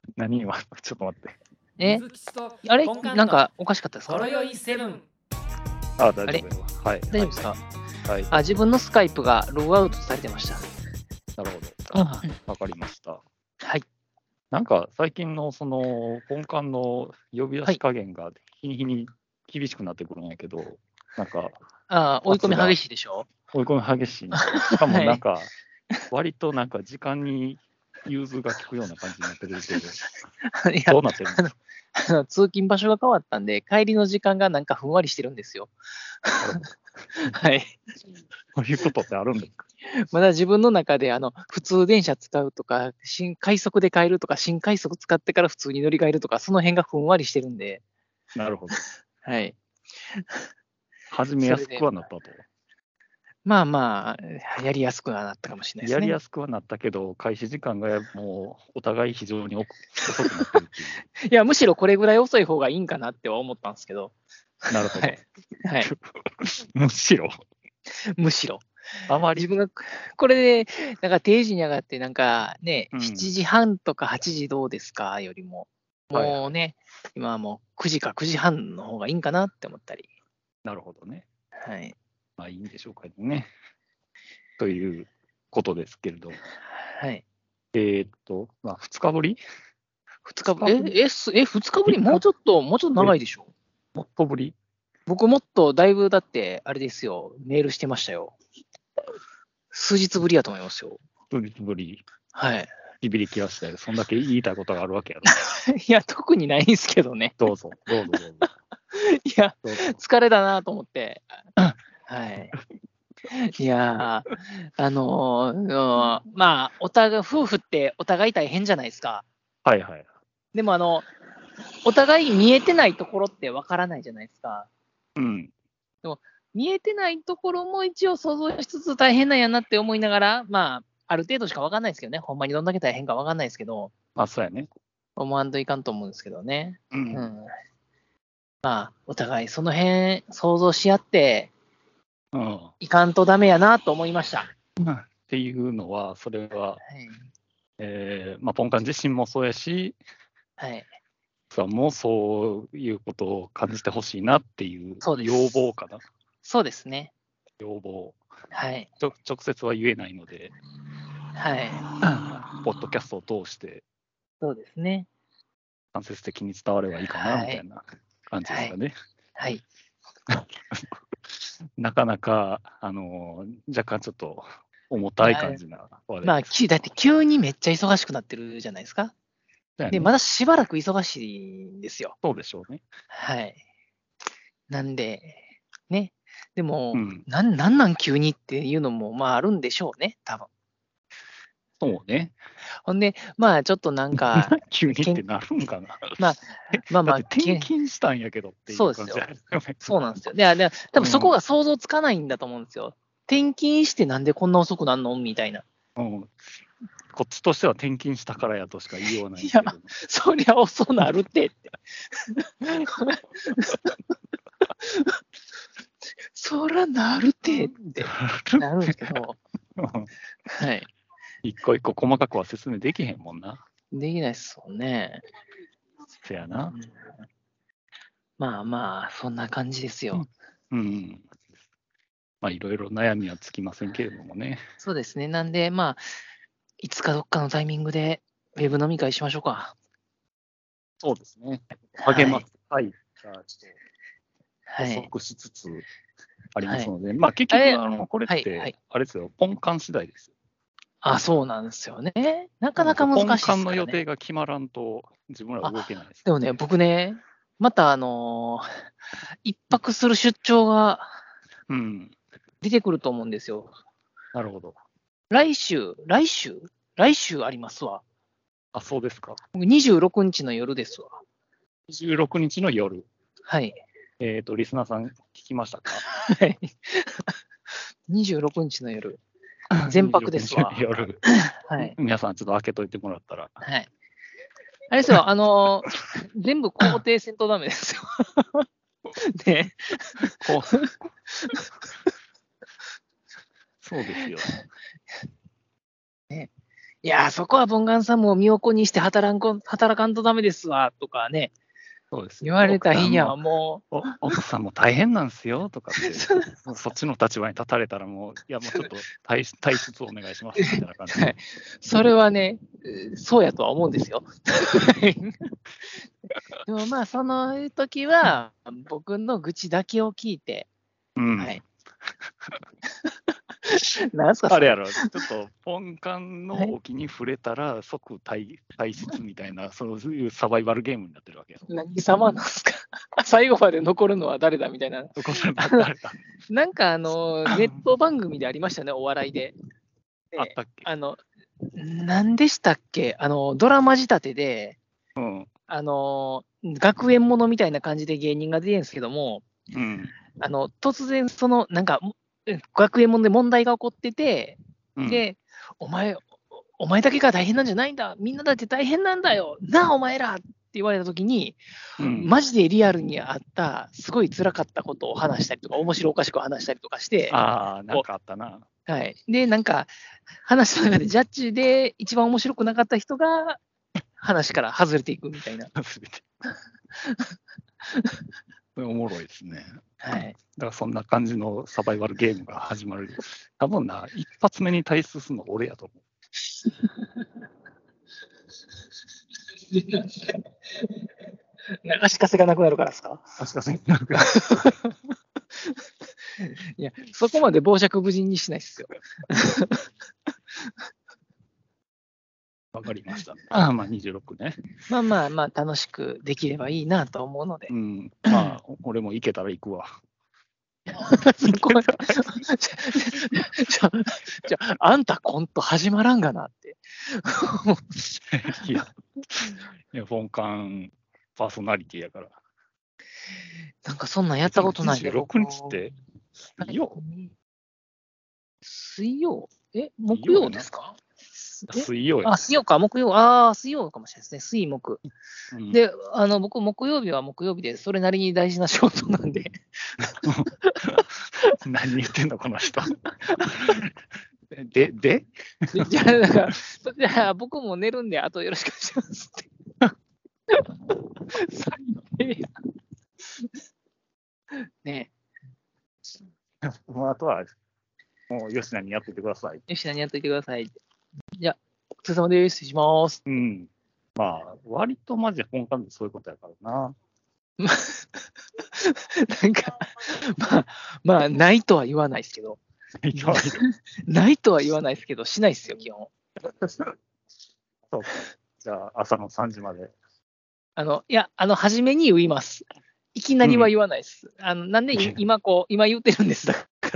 何はちょっと待って。 あれなんかおかしかったですか？ ほろよいセブン。 大丈夫よ。はい。 大丈夫ですか？ はい。 自分のスカイプがログアウトされてました。 なるほど。わかりました。 はい。 なんか最近のその本館の呼び出し加減が日に日に厳しくなってくるんやけど、なんか追い込み激しいでしょ？ 追い込み激しい。しかもなんか割となんか時間に融通が利くような感じになってくるけど、どうなってるの？通勤場所が変わったんで、帰りの時間がなんかふんわりしてるんですよ。はい。 そういうことってあるんですか？ まだ自分の中で普通電車使うとか、新快速で帰るとか、新快速使ってから普通に乗り換えるとか、その辺がふんわりしてるんで。 なるほど。 はい。 始めやすくはなったと。 まあまあ、やりやすくはなったかもしれないですね。 やりやすくはなったけど、開始時間がもうお互い非常に遅くなってるっていう。 いや、むしろこれぐらい遅い方がいいんかなっては思ったんですけど。 なるほど。 はい。 むしろ。 あまり。自分がこれで、なんか定時に上がって、なんかね、7時半とか8時どうですかよりも、もうね、今はもう9時か9時半の方がいいんかなって思ったり。 なるほどね。 はい。 まあいいんでしょうかね。ということですけれど。 はい。 まあ2日ぶり ?2 日ぶり2日ぶりもうちょっと長いでしょ。 もっとぶり僕もっとだいぶだって、あれですよ、メールしてましたよ。数日ぶりやと思いますよ。 数日ぶり。 はい。 ビビり切らしたよ。そんだけ言いたいことがあるわけやろ。 いや、特にないんですけどね。 どうぞ。 いや、疲れだなと思って。はい。いやまあ、夫婦ってお互い大変じゃないですか。 はいはい。 でもお互い見えてないところってわからないじゃないですか。 うん。 でも、見えてないところも一応想像しつつ大変なんやなって思いながら、まあ、ある程度しかわかんないですけどね。ほんまにどんだけ大変かわかんないですけど。 そうやね。 思わんといかんと思うんですけどね。 うん。 まあ、お互いその辺想像し合って、いかんとダメやなと思いました。 っていうのは、それは、まあ、ポンカン自身もそうやし、さんもそういうことを感じてほしいなっていう要望かな。 そうですね。 要望。 はい。 直接は言えないので、 はい。 ポッドキャストを通して、 そうですね。 間接的に伝わればいいかなみたいな感じですかね。 はい。 なかなか、若干ちょっと重たい感じな話題。 まあ、だって急にめっちゃ忙しくなってるじゃないですか。で、まだしばらく忙しいんですよ。 そうでしょうね。 はい。なんで、ね。でも、なん急にっていうのも、まあ、あるんでしょうね、多分。 そうね。 ほんで、まあ、ちょっとなんか。 急にってなるんかな。 まあ、 転勤したんやけどっていう感じ。 そうなんですよ。で、多分そこが想像つかないんだと思うんですよ。転勤してなんでこんな遅くなんのみたいな。 こっちとしては転勤したからやとしか言いようがない。 いや、そりゃ遅なるってって。そらなるってってなるんですけど。はい。 一個一個細かくは説明できへんもんな。 できないっすもんね。 せやな。 まあまあ、そんな感じですよ。 まあ、いろいろ悩みはつきませんけれどもね。 そうですね。なんで、まあ、いつかどっかのタイミングで、ウェブ飲み会しましょうか。 そうですね。励ます会がちょっと補足しつつありますので、まあ結局、これって、あれですよ、ポンカン次第ですよ。 そうなんですよね。なかなか難しいですからね。 ポンカンの予定が決まらんと、自分ら動けないです。 でもね、僕ね、また一泊する出張が出てくると思うんですよ。 なるほど。 来週ありますわ。 そうですか。 26日の夜ですわ。 26日の夜。 はい。 リスナーさん聞きましたか？ はい。26日の夜。全泊ですわ。 夜。 はい。 皆さんちょっと開けといてもらったら。 はい。あれですよ、全部肯定せんとダメですよ。ね。 そうですよ。 ね。いや、 そこはボンガンさんも身を粉にして働かんとダメですわ、とかね。 そうです言われた日にはもう。奥さんも大変なんですよとかって、そっちの立場に立たれたらもう、いやもうちょっと退出お願いしますみたいな感じで。 それはね、そうやとは思うんですよ。でもまあ、その時は、僕の愚痴だけを聞いて、はい。 なんすかあれやろ、ちょっとポンカンの沖に触れたら即退出みたいな、そういうサバイバルゲームになってるわけや。 何様なんすか最後まで残るのは誰だみたいな。誰だなんかネット番組でありましたね、お笑いで。 あったっけ何でしたっけドラマ仕立てで、 うん、 学園ものみたいな感じで芸人が出てるんですけども、 うん、 突然、なんか、学園もので問題が起こってて、 うん、 で、お前だけが大変なんじゃないんだ、みんなだって大変なんだよ、なあ、お前らって言われたときに、マジでリアルにあった、すごい辛かったことを話したりとか、面白おかしく話したりとかして、 なんかあったな。 はい。で、なんか、話の中でジャッジで一番面白くなかった人が、話から外れていくみたいな。 おもろいですね。 はい。 だからそんな感じのサバイバルゲームが始まる。多分な、一発目に退出するの俺やと思う。 足かせがなくなるからですか？ 足かせがなくなる。 いや、そこまで傍若無人にしないっすよ。 わかりました。まあ26ね。 まあまあまあ、楽しくできればいいなと思うので。 うん。まあ、俺も行けたら行くわ。 じゃあ、あんたコント始まらんがなって。 いや、本館パーソナリティやから。 なんかそんなんやったことないで。26日って水曜木曜ですか？ 水曜や。 水曜か、木曜。水曜かもしれないですね。水木。で、僕、木曜日は木曜日で、それなりに大事な仕事なんで。 何言ってんの、この人。でじゃあ、僕も寝るんで、あとよろしくお願いします。最低や。ねえ。あとは、もう吉田にやっててください。 吉田にやっといてください。じゃあ、お疲れ様です。失礼します。 うん。まあ、割とマジで本館でそういうことやからな。 なんか、まあ、ないとは言わないですけど。ないとは言わないですけど、しないですよ、基本。 そうか。じゃあ、朝の3時まで。 いや、初めに言います。いきなりは言わないです。なんで今言ってるんですだから。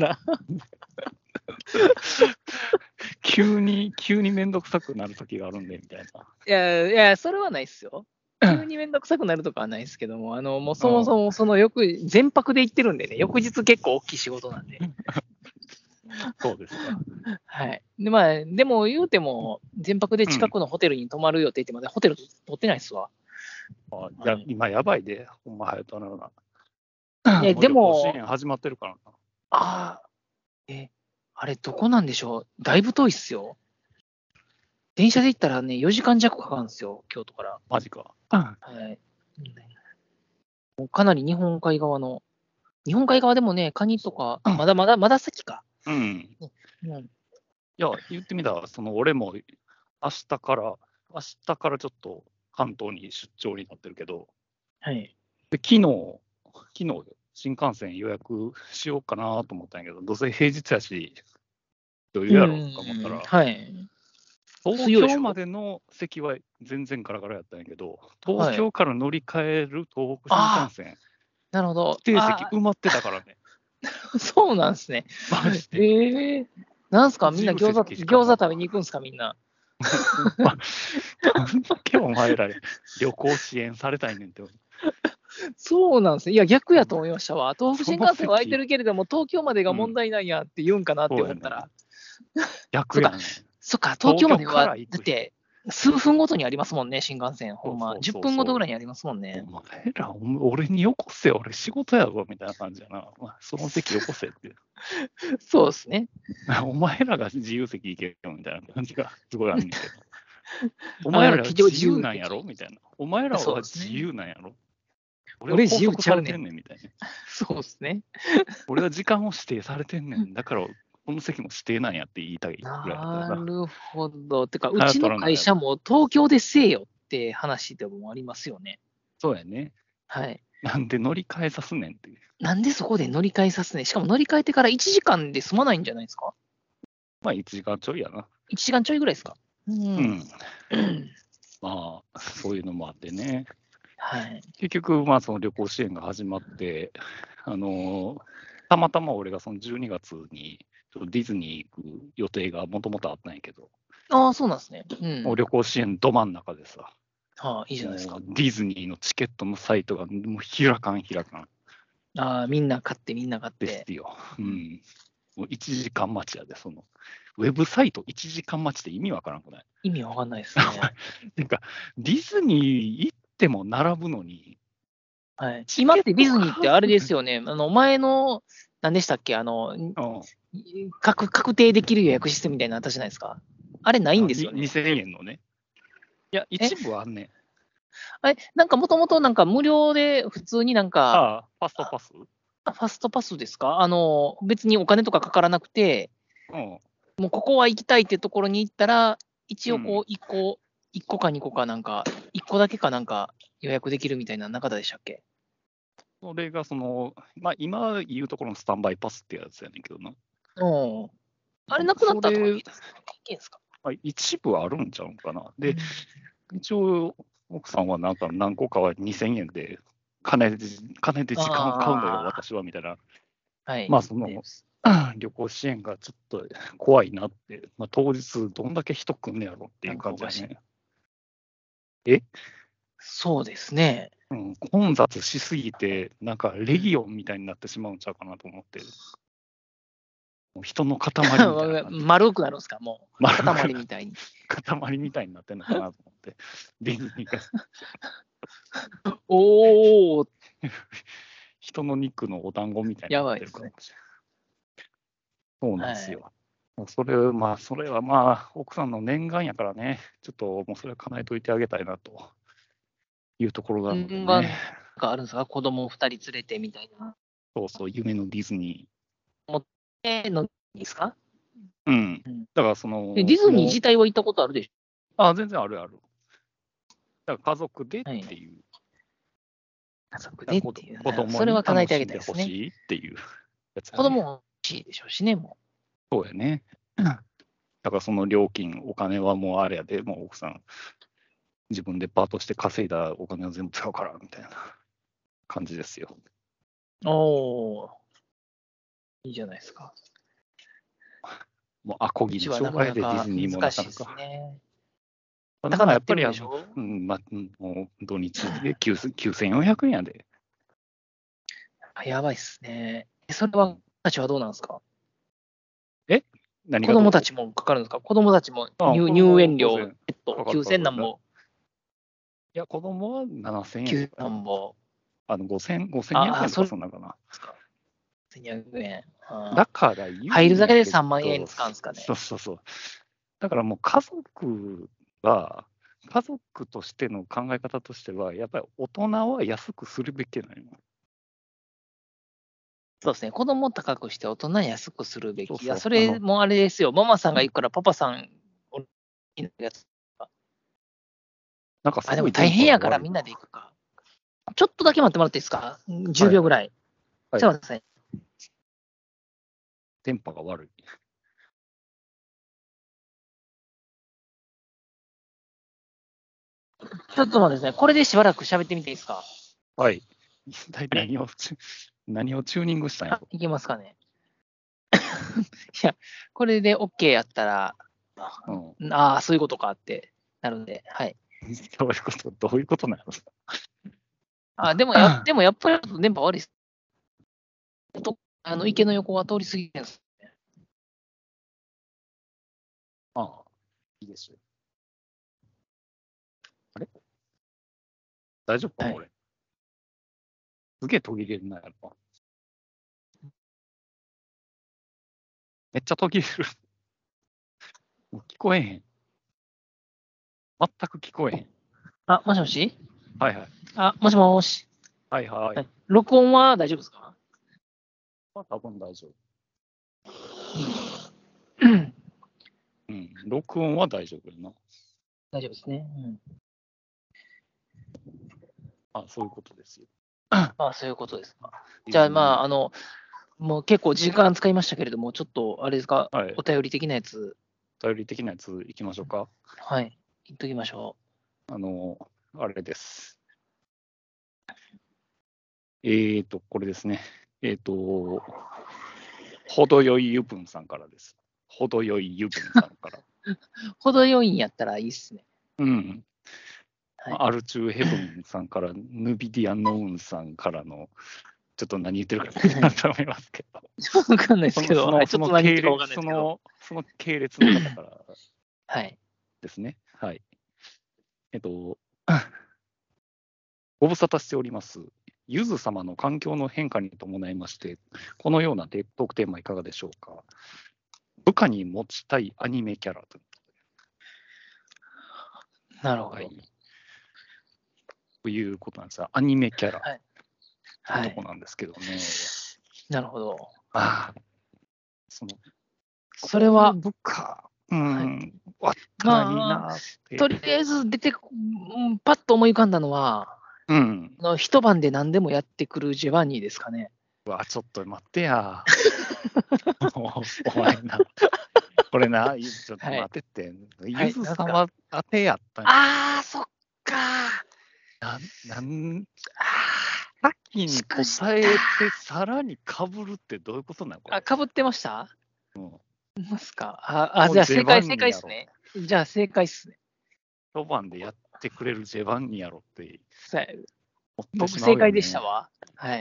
急にめんどくさくなる時があるんで、みたいな。 いや、それはないですよ。急にめんどくさくなるとかはないですけども、もうそもそも全泊で行ってるんでね、翌日結構大きい仕事なんで。 そうですか。 はい。でも言うても、全泊で近くのホテルに泊まるよって言ってまで、ホテル取ってないっすわ。 いや、今やばいで、ほんまはやとなるな。 でも、 支援始まってるからな。 あれ、どこなんでしょう。だいぶ遠いっすよ。電車で行ったらね、4時間弱かかるんですよ、京都から。 マジか。 はい。もうかなり日本海側でもね、カニとか、まだ先か。 うん。いや、言ってみたら、俺も明日からちょっと関東に出張になってるけど、 はい。 で昨日、新幹線予約しようかなと思ったんやけど、どうせ平日やし、余裕やろと思ったら、 はい。 東京までの席は全然ガラガラやったんやけど、東京から乗り換える東北新幹線、 なるほど。 指定席埋まってたからね。 そうなんですね。 マジで。 なんすか、みんな餃子食べに行くんすか、みんな。 なんだけお前ら旅行支援されたいねんって。 そうなんですね。いや、逆やと思いましたわ。東北新幹線は空いてるけれども、東京までが問題なんやって言うんかなって思ったら。 逆やね。 そっか、東京までは、だって、数分ごとにありますもんね、新幹線。ほんま、10分ごとぐらいにありますもんね。 お前ら、俺によこせよ、俺仕事やぞ、みたいな感じやな。その席よこせって。 そうですね。 お前らが自由席行けよ、みたいな感じがすごいあるんだけど。 お前らは自由なんやろみたいな。お前らは自由なんやろ、 俺自由ちゃうねんねんみたいな。 そうですね。 俺は時間を指定されてんねん。だから、この席も指定なんやって言いたいぐらいだなるほど。てか、うちの会社も東京でせえよって話でもありますよね。 そうやね。 はい。 なんで乗り換えさすねんっていう。 なんでそこで乗り換えさすねん。しかも乗り換えてから1時間で済まないんじゃないですか？ まあ、1時間ちょいやな。 1時間ちょいぐらいですか？ うん。まあ、そういうのもあってね。 はい。 結局、まあ、その旅行支援が始まって、たまたま俺がその12月にちょっとディズニー行く予定がもともとあったんやけど、 ああ、そうなんですね。 もう旅行支援ど真ん中でさ、 はあ、いいじゃないですか。 ディズニーのチケットのサイトがもう開かん。 ああ、みんな買って、みんな買って。 ですよ。うん。もう1時間待ちやで、ウェブサイト1時間待ちって意味わからんくない？ 意味わかんないですね。 なんか、ディズニー行っても並ぶのに、 はい、今ってディズニーってあれですよね、前の、何でしたっけ、確定できる予約システムみたいなのあったじゃないですか。あれないんですよね。 2000円のね。いや、一部はあんねん。 なんかもともとなんか無料で普通になんか、 ファストパス？ ファストパスですか？別にお金とかかからなくて、もうここは行きたいってところに行ったら、一応こう1個か2個かなんか、1個だけかなんか予約できるみたいな中でしたっけ？ それがまあ、今言うところのスタンバイパスってやつやねんけどな。 あれなくなったとか聞いたんですか？ 一部はあるんちゃうんかな。で、一応、奥さんはなんか何個かは2000円で、金で時間を買うのよ、私は、みたいな。 はい。 まあ、旅行支援がちょっと怖いなって、まあ、当日どんだけ人来んねやろっていう感じだね。 そうですね。 混雑しすぎて、なんかレギオンみたいになってしまうんちゃうかなと思って。もう人の塊みたいな丸くなるんですか、もう。塊みたいに。 塊みたいになってんのかなと思って。ディズニーが。 おお。 人の肉のお団子みたいになってるかもしれない。そうなんですよ。それはまあ、奥さんの念願やからね、ちょっともうそれは叶えといてあげたいなというところなのでね。 念願があるんですか、子供2人連れてみたいな。 そうそう、夢のディズニー。持ってのですか？ うん。だからディズニー自体は行ったことあるでしょ？全然あるある。だから家族でっていう。 家族でっていう。 子供それは叶えてあげにたいですね。 楽しんでほしいっていうやつ、ね。 子供も欲しいでしょうしね、もう。そうやね。だからその料金、お金はもうあれやで、もう奥さん、自分でパートして稼いだお金を全部使うから、みたいな感じですよ。 おー。いいじゃないですか。 もうアコギの商売でディズニーもなかなか。 だからやっぱりもう土日で9400円やで。 やばいっすね。それは、たちはどうなんですか？ 何が子供たちもかかるんですか？子供たちも入園料、9000何ぼ。 いや、子供は7000円。 9000何ぼ。 5200円とかそんなかな。 1200円。 だから言う入るだけで3万円使うんですかね。 そう。だからもう家族としての考え方としては、やっぱり大人は安くするべきなの。 そうですね。子供高くして大人安くするべき。いや、それもあれですよ。ママさんが行くからパパさんやつ。 なんかでも大変やからみんなで行くか。ちょっとだけ待ってもらっていいですか？ 10 秒ぐらい。すいません。 電波が悪い。 ちょっと待ってですね。これでしばらく喋ってみていいですか？ はい。一体何をチューニングしたんやろ？ いけますかね？いや、これで OK やったら、そういうことかってなるんで、はい。 どういうことなの？ でもやっぱり電波悪いです。池の横は通り過ぎるんですね。 いいですよ。あれ大丈夫かな、俺。すげえ途切れるな、やっぱ。めっちゃ途切れる。もう聞こえへん。 全く聞こえへん。 あ、もしもし。 はいはい。 あ、もしもし。 はいはい。 録音は大丈夫ですか？ 多分大丈夫。 うん。 うん。録音は大丈夫やな。 大丈夫ですね。 あ、そういうことですよ。 あ、そういうことですか。じゃあ、まあ、もう結構時間使いましたけれども、ちょっと、あれですか、 はい。 お便り的なやつ。 お便り的なやついきましょうか。 はい。言っときましょあれです。これですね。程よい油分さんからです。程よい油分さんから。 う。程よいんやったらいいっすね。 うん。 はい。 アルチューヘブンさんから、ヌビディアノウンさんからの、ちょっと何言ってるか分からないと思いますけど。 わかんないですけど、はい、ちょっと何言ってるかわかんないですけど。 その系列の方からはい。 ですね。はい。ご無沙汰しております。ゆず様の環境の変化に伴いまして、このようなトークテーマいかがでしょうか。部下に持ちたいアニメキャラと。 なるほど。 はい。ということなんですが、アニメキャラ。 はい。 というとこなんですけどね。 なるほど。 ああ、 それは、 部下、 あったらいいなって。 とりあえずパッと思い浮かんだのは、一晩で何でもやってくるジェバンニーですかね。 ちょっと待ってや。お前な。これな、ちょっと待ってって。ゆず様当てやったんや。 ああ、そっか。 先に答えて、さらにかぶるってどういうことなの？ あ、かぶってました？ますか。じゃあ正解っすね。じゃあ正解っすね。 一晩でやってくれるジェバンニやろって僕正解でしたわ。はい。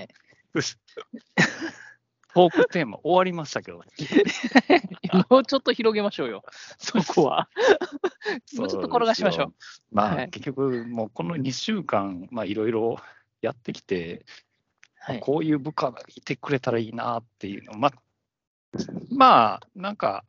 トークテーマ終わりましたけど。 もうちょっと広げましょうよ。そこは。もうちょっと転がしましょう。 まあ、結局、もうこの2週間、いろいろやってきて、こういう部下がいてくれたらいいなっていうの、まあ、なんか、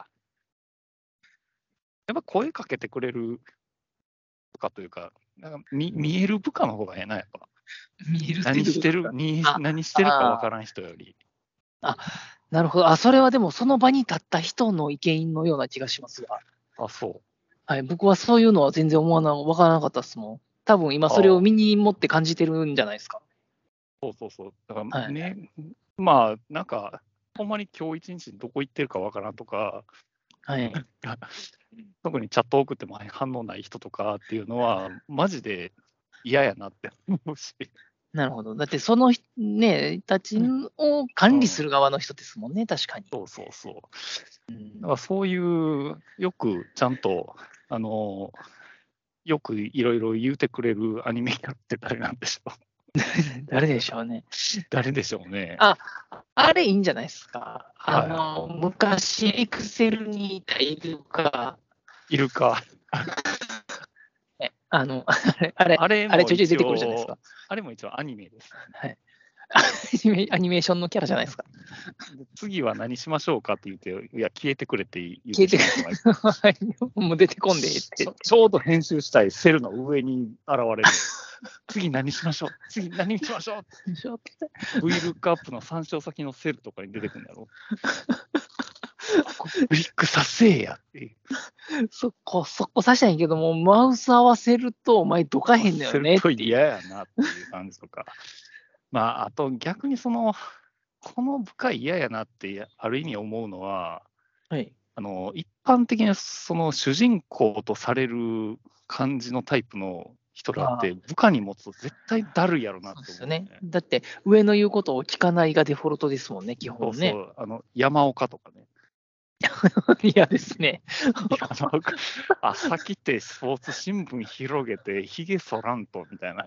やっぱ声かけてくれる部下というか、なんか見える部下の方がええな、やっぱ。何してるかわからん人より。 あ、なるほど。それはでもその場に立った人の意見のような気がしますが。 そう。 はい、僕はそういうのは全然わからなかったですもん。多分今それを身に持って感じてるんじゃないですか。 そう。だからね、まあ、なんか、ほんまに今日一日どこ行ってるかわからんとか、特にチャット送っても反応ない人とかっていうのは、マジで嫌やなって思うし。 なるほど。だってそのね、たちを管理する側の人ですもんね、確かに。 そう。だからそういう、よくちゃんと、よくいろいろ言うてくれるアニメキャラって誰なんでしょう？ 誰でしょうね。 誰でしょうね。 あれいいんじゃないですか。昔、エクセルにいたイルカ。 イルカ。 あれちょいちょい出てくるじゃないですか。 あれも一応アニメです、 はい。アニメーションのキャラじゃないですか。 次は何しましょうかって言って、いや、消えてくれって言ってしまう。もう出てこんでって。 ちょうど編集したいセルの上に現れる。次何しましょう次何しましょう ?VLOOKUP の参照先のセルとかに出てくるんだろう。クリックさせやっていう。 そこさしたんやけども、マウス合わせると、お前どかへんだよねっていう。 嫌やなっていう感じとか。あと逆にこの部下嫌やなってある意味思うのは、一般的にその主人公とされる感じのタイプの人らって部下に持つと絶対だるいやろなって思う、 ですよね。だって上の言うことを聞かないがデフォルトですもんね、基本ね。 山岡とかね。 嫌ですね。 朝来てスポーツ新聞広げてひげそらんとみたいな。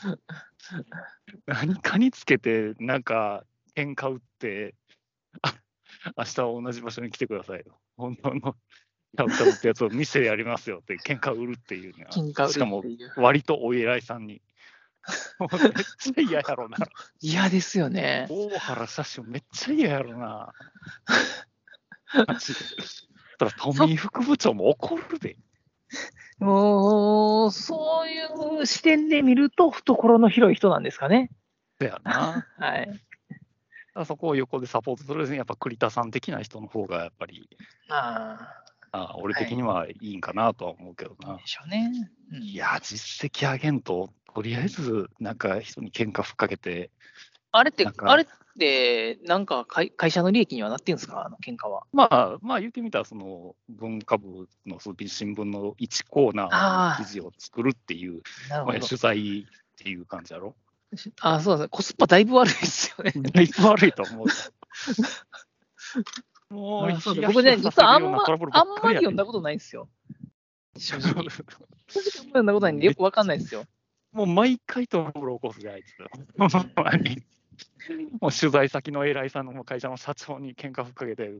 何かにつけてなんか喧嘩売って明日は同じ場所に来てくださいよ。本当の歌うってやつを店でやりますよって喧嘩売るっていうね。しかも割とお偉いさんに。めっちゃ嫌やろな。 嫌ですよね。 大原社長めっちゃ嫌やろな。ただ、富井副部長も怒るで。 もう、そういう視点で見ると、懐の広い人なんですかね。 だよな。 はい。 そこを横でサポートする、やっぱ栗田さん的な人の方が、やっぱり、俺はい。 的にはいいんかなとは思うけどな。 でしょうね。 いや、実績上げんと、とりあえず、なんか人に喧嘩ふっかけて、 あれって、なんか会社の利益にはなってるんですか、喧嘩は。 まあ言ってみたら、その文化部の新聞の1コーナーの記事を作るっていう、 なるほど。 取材っていう感じやろ。 そうですね。コスパだいぶ悪いですよね。 だいぶ悪いと思う。もう、 僕ね、実はあんまり読んだことないんですよ。正直。正直読んだことないんで、よくわかんないですよ。 もう毎回トラブル起こすじゃないですか。もう取材先の偉いさんの会社の社長に喧嘩ふっかけて、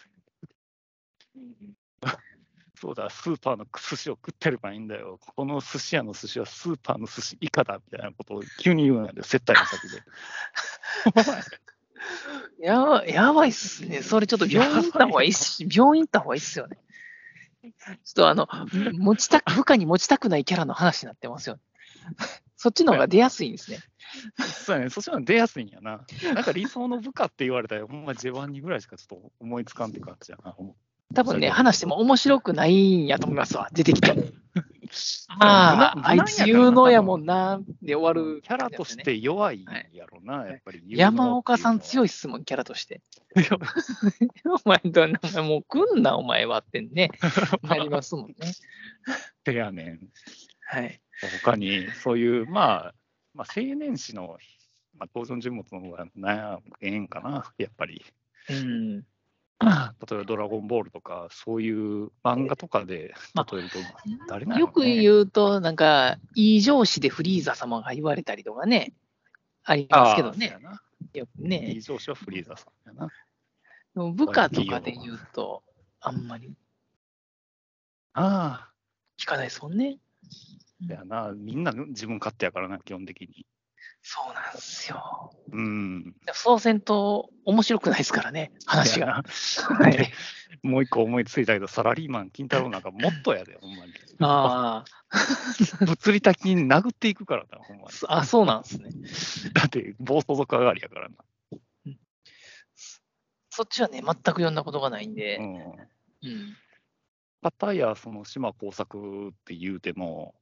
そうだ、スーパーの寿司を食ってればいいんだよ。この寿司屋の寿司はスーパーの寿司以下だみたいなことを急に言うんだよ、接待の先で。 やばいっすね。それちょっと病院行った方がいいっす病院行った方がいいっすよね。ちょっと部下に持ちたくないキャラの話になってますよ。そっちの方が出やすいんですね。 そうやね、そっちの方が出やすいんやな。なんか理想の部下って言われたら、ほんま J1 ぐらいしかちょっと思いつかんって感じやな。 多分ね、話しても面白くないんやと思いますわ、出てきて。あいつ有能やもんな、で終わる、 キャラとして弱いやろな、やっぱり。 山岡さん強いっすもん、キャラとして。お前もう来んな、お前はってね、なりますもんね。 てやねん。 はい。 他に、そういう、青年誌の、登場人物の方がええんかな、やっぱり。例えばドラゴンボールとか、そういう漫画とかで例えると、誰なの、ね、 よく言うと、なんか、いい上司でフリーザ様が言われたりとかね、ありますけどね。 よくね。いい上司はフリーザさんやな。 部下とかで言うと、あんまり。聞かないですもんね。 やな、みんな自分勝手やからな、基本的に。 そうなんですよ。 うん。 そうせんと面白くないですからね、話が。 はい、もう一個思いついたけど、サラリーマン金太郎なんかもっとやで、ほんまに。物理的に殴っていくからな、ほんまに。 そうなんですね。 だって、暴走族上がりやからな。 そっちはね、全く読んだことがないんで。 かたや、その島耕作って言うても、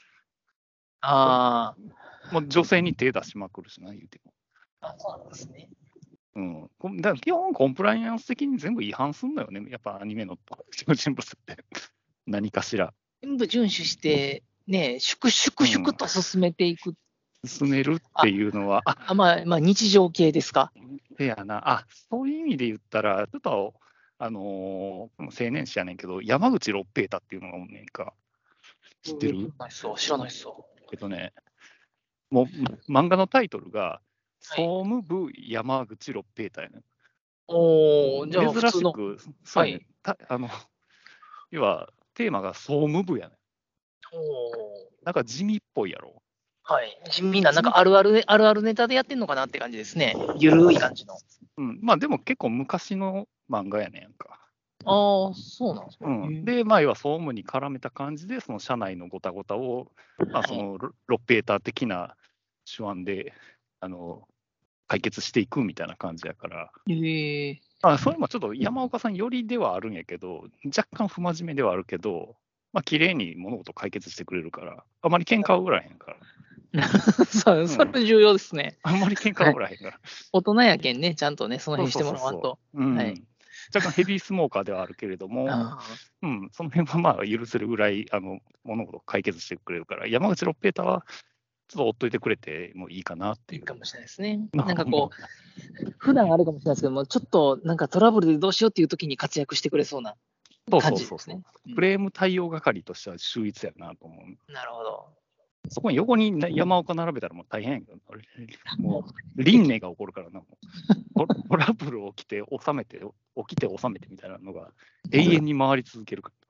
もう女性に手出しまくるしな、言うても。 そうなんですね。 だから基本、コンプライアンス的に全部違反すんのよね、やっぱアニメの人物って。何かしら。 全部遵守して、ね、粛々と進めていく。 進めるっていうのは、 日常系ですか。 やな、そういう意味で言ったら、ちょっと、青年誌やねんけど、山口六平太っていうのがおんねんか。知ってる？ 知らないっすよ。 もう漫画のタイトルが、総務部山口六平太やねん。 じゃあ珍しく、そうやねん。要は、テーマが総務部やねん。なんか地味っぽいやろ。 はい。地味な、なんかあるあるネタでやってんのかなって感じですね。ゆるい感じの。 でも結構昔の漫画やねんか。 そうなんですか。 で、要は総務に絡めた感じで、その社内のごたごたを、その6ペーター的な手腕で解決していくみたいな感じやから、それもちょっと山岡さん寄りではあるんやけど、若干不真面目ではあるけど、綺麗に物事を解決してくれるから、あまり喧嘩は売らへんから。 それ重要ですね。 あんまり喧嘩は売らへんから。 大人やけんね、ちゃんとね、その辺してもらわんと。 若干ヘビースモーカーではあるけれども、その辺は許せるぐらい物事を解決してくれるから、山口六平太はちょっと追っといてくれてもいいかなっていう。 いいかもしれないですね。なんかこう、普段あるかもしれないですけども、ちょっとなんかトラブルでどうしようっていう時に活躍してくれそうな感じですね。 クレーム対応係としては秀逸やなと思う。 なるほど。 そこに横に山岡並べたらもう大変やけど、もう輪廻が起こるからな、トラブル起きて収めてみたいなのが永遠に回り続けるから。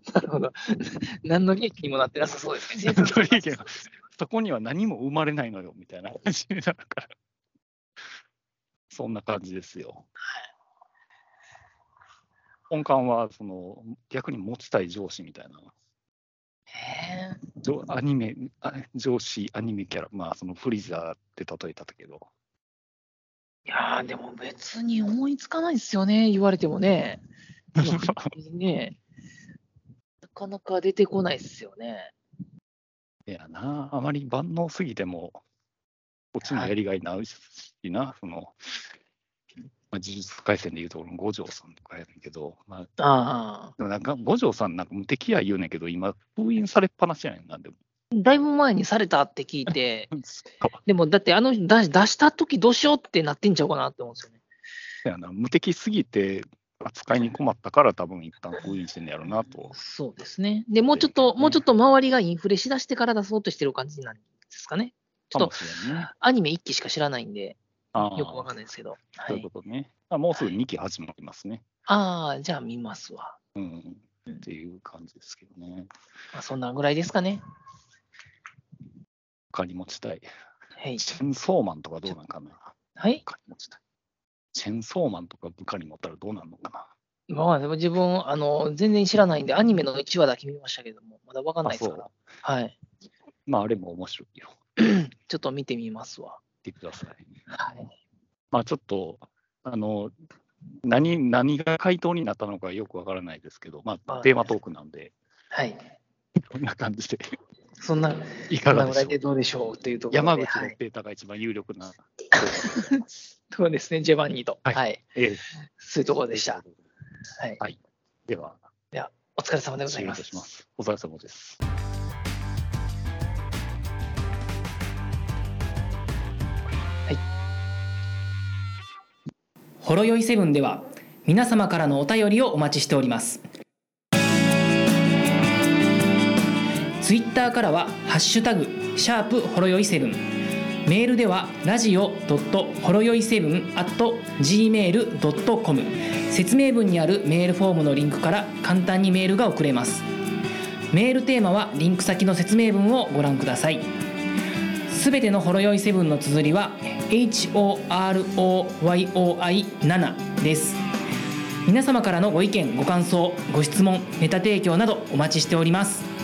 なるほど。何の利益にもなってなさそうですね。 そこには何も生まれないのよみたいな感じになるから。そんな感じですよ。本館は逆に持ちたい上司みたいなアニメ、上司アニメキャラ、まあそのフリーザーって例えたけど。 いやー、でも別に思いつかないですよね、言われてもね。ね、なかなか出てこないですよね。 いやな、あまり万能すぎても、こっちもやりがいないしな、その、まあ、呪術廻戦でいうところの五条さんとかやねんけど、まあ、でもなんか五条さんなんか無敵や言うねんけど、今、封印されっぱなしやねんな、でも。 だいぶ前にされたって聞いて、でもだって出した時どうしようってなってんちゃうかなって思うんですよね。 いやな、無敵すぎて扱いに困ったから多分一旦封印してんのやろうなと。 そうですね。で、もうちょっと周りがインフレしだしてから出そうとしてる感じなんですかね。ちょっと、アニメ1期しか知らないんで、よくわかんないですけど。 そういうことね。もうすぐ2期始まりますね。 じゃあ見ますわ。 っていう感じですけどね。 そんなぐらいですかね。 他に持ちたい。 はい。 チェンソーマンとかどうなんかな。 はい。 他に持ちたい。チェンソーマンとか部下に持ったらどうなるのかな。 まあでも自分、全然知らないんで、アニメの1話だけ見ましたけども、まだわかんないですから。はい。 まあ、あれも面白いよ。 ちょっと見てみますわ。 見てください。 はい。 まあ、ちょっと、何が回答になったのかよくわからないですけど、まあ、テーマトークなんで、 はい。 こんな感じで。 そんな、 いかがでしょう。 ぐらいでどうでしょうというところで。 山口のデータが一番有力な。 そうですね、ジェバンニーと。 はい。 そういうところでした。 はい。では、 お疲れ様でございます。 お疲れ様です。 ほろよい7では皆様からのお便りをお待ちしております。ツイッターからはハッシュタグ#ほろよい7、メールではradio.ほろよい7@gmail.com、説明文にあるメールフォームのリンクから簡単にメールが送れます。メールテーマはリンク先の説明文をご覧ください。すべてのほろよい7の綴りは HOROYOI7 です。皆様からのご意見、ご感想、ご質問、ネタ提供などお待ちしております。